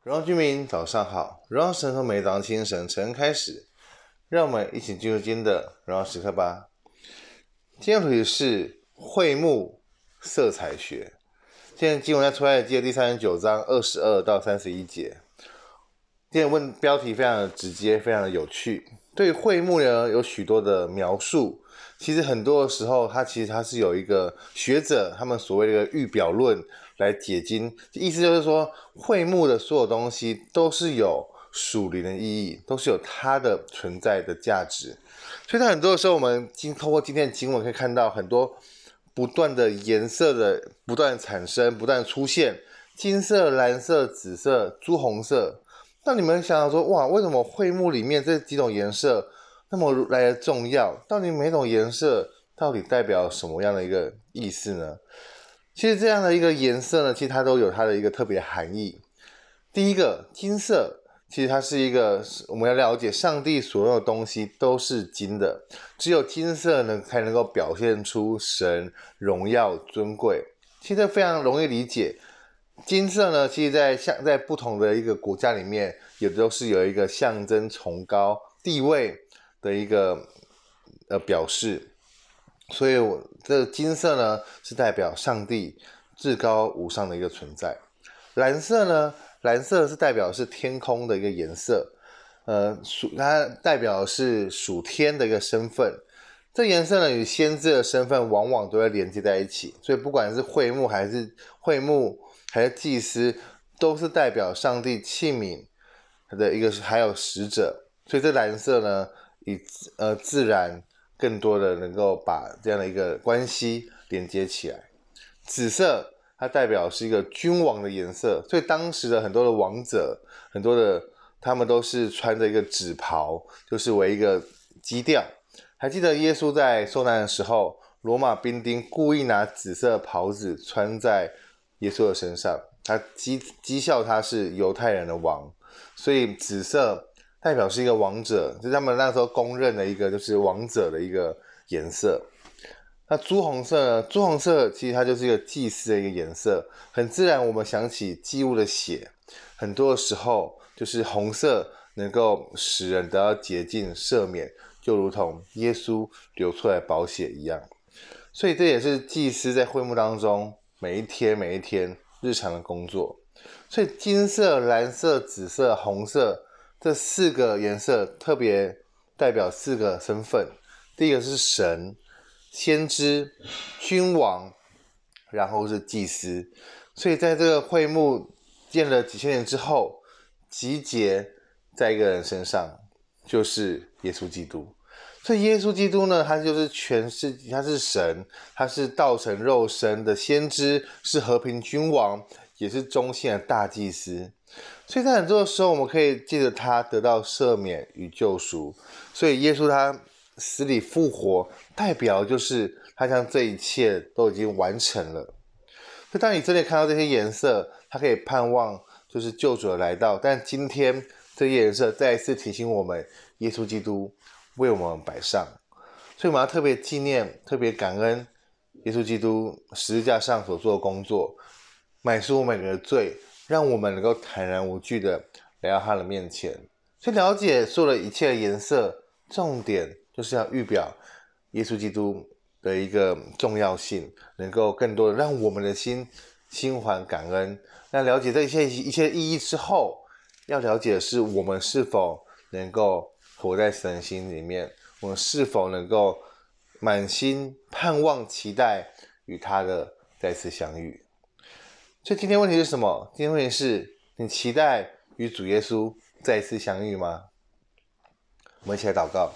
荣耀居民早上好，荣耀神从每早上清晨晨开始，让我们一起进入今天的荣耀时刻吧。今天的主题是会幕色彩学。今天经文在出埃及记第39章22到31节。今天标题非常的直接，非常的有趣。对于会幕呢，有许多的描述。其实很多的时候，它是有一个学者他们所谓的预表论来解经，意思就是说，会幕的所有东西都是有属灵的意义，都是有它的存在的价值。所以在很多的时候，我们透过今天的经文可以看到很多不断的颜色的不断产生，不断出现，金色、蓝色、紫色、朱红色。那你们想想说，哇，为什么会幕里面这几种颜色那么来的重要？到底每种颜色到底代表什么样的一个意思呢？其实这样的一个颜色呢，其实它都有它的一个特别含义。第一个，金色，其实它是一个我们要了解上帝所有的东西都是金的，只有金色呢才能够表现出神荣耀尊贵。其实非常容易理解。金色呢，其实在不同的一个国家里面，也都是有一个象征崇高地位的一个表示。所以这金色呢，是代表上帝至高无上的一个存在。蓝色呢，蓝色是代表是天空的一个颜色，它代表是属天的一个身份。这颜色呢，与先知的身份往往都会连接在一起，所以不管是会幕还是祭司，都是代表上帝器皿的一个，还有使者。所以这蓝色呢，以自然更多的能够把这样的一个关系连接起来。紫色它代表是一个君王的颜色，所以当时的很多的王者，很多的他们都是穿着一个紫袍，就是为一个基调。还记得耶稣在受难的时候，罗马兵丁故意拿紫色袍子穿在耶稣的身上，他讥笑他是犹太人的王，所以紫色代表是一个王者，就是他们那时候公认的一个就是王者的一个颜色。那朱红色呢？朱红色其实它就是一个祭司的一个颜色，很自然我们想起祭物的血，很多的时候就是红色能够使人得到洁净赦免，就如同耶稣流出来宝血一样。所以这也是祭司在会幕当中每一天日常的工作。所以金色、蓝色、紫色、红色这四个颜色特别代表四个身份。第一个是神、先知、君王，然后是祭司。所以在这个会幕建了几千年之后，集结在一个人身上，就是耶稣基督。所以耶稣基督呢，他就是他是神，他是道成肉身的先知，是和平君王，也是忠信的大祭司。所以在很多的时候，我们可以借着他得到赦免与救赎。所以耶稣他死里复活，代表就是他将这一切都已经完成了。所以当你真的看到这些颜色，他可以盼望就是救主的来到。但今天这些颜色再一次提醒我们，耶稣基督为我们摆上。所以我们要特别纪念，特别感恩耶稣基督十字架上所做的工作，买赎我们每个人的罪，让我们能够坦然无惧的来到他的面前。所以了解所有的一切的颜色，重点就是要预表耶稣基督的一个重要性，能够更多的让我们的心怀感恩。那了解这一切意义之后，要了解的是我们是否能够活在神的心里面，我们是否能够满心盼望期待与他的再次相遇。所以今天问题是什么？今天问题是你期待与主耶稣再次相遇吗？我们一起来祷告。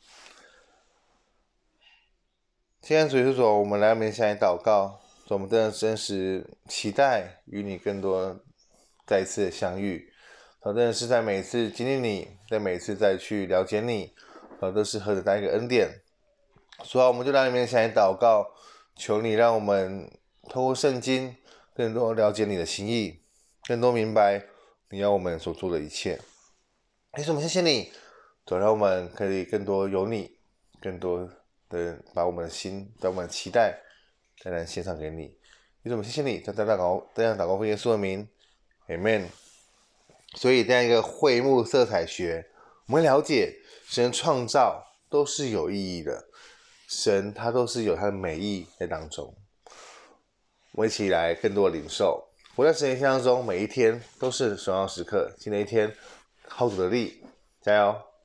亲爱的主耶稣，我们来面向你祷告，我们真实期待与你更多再一次的相遇。真的是在每一次经历你，在每一次再去了解你，都是何等大一个恩典。所以我们就来面向你祷告，求你让我们透过圣经更多了解你的心意，更多明白你要我们所做的一切。耶稣，我们谢谢你，让我们可以更多有你，更多的把我们的心，把我们的期待再来献上给你。耶稣，我们谢谢你，这样祷告奉耶稣的名 ，Amen。 所以这样一个会幕色彩学，我们了解神创造都是有意义的，神他都是有他的美意在当中。我们一起来更多的领受，活在神的心当中，每一天都是荣耀时刻。新的一天，靠主的力，加油！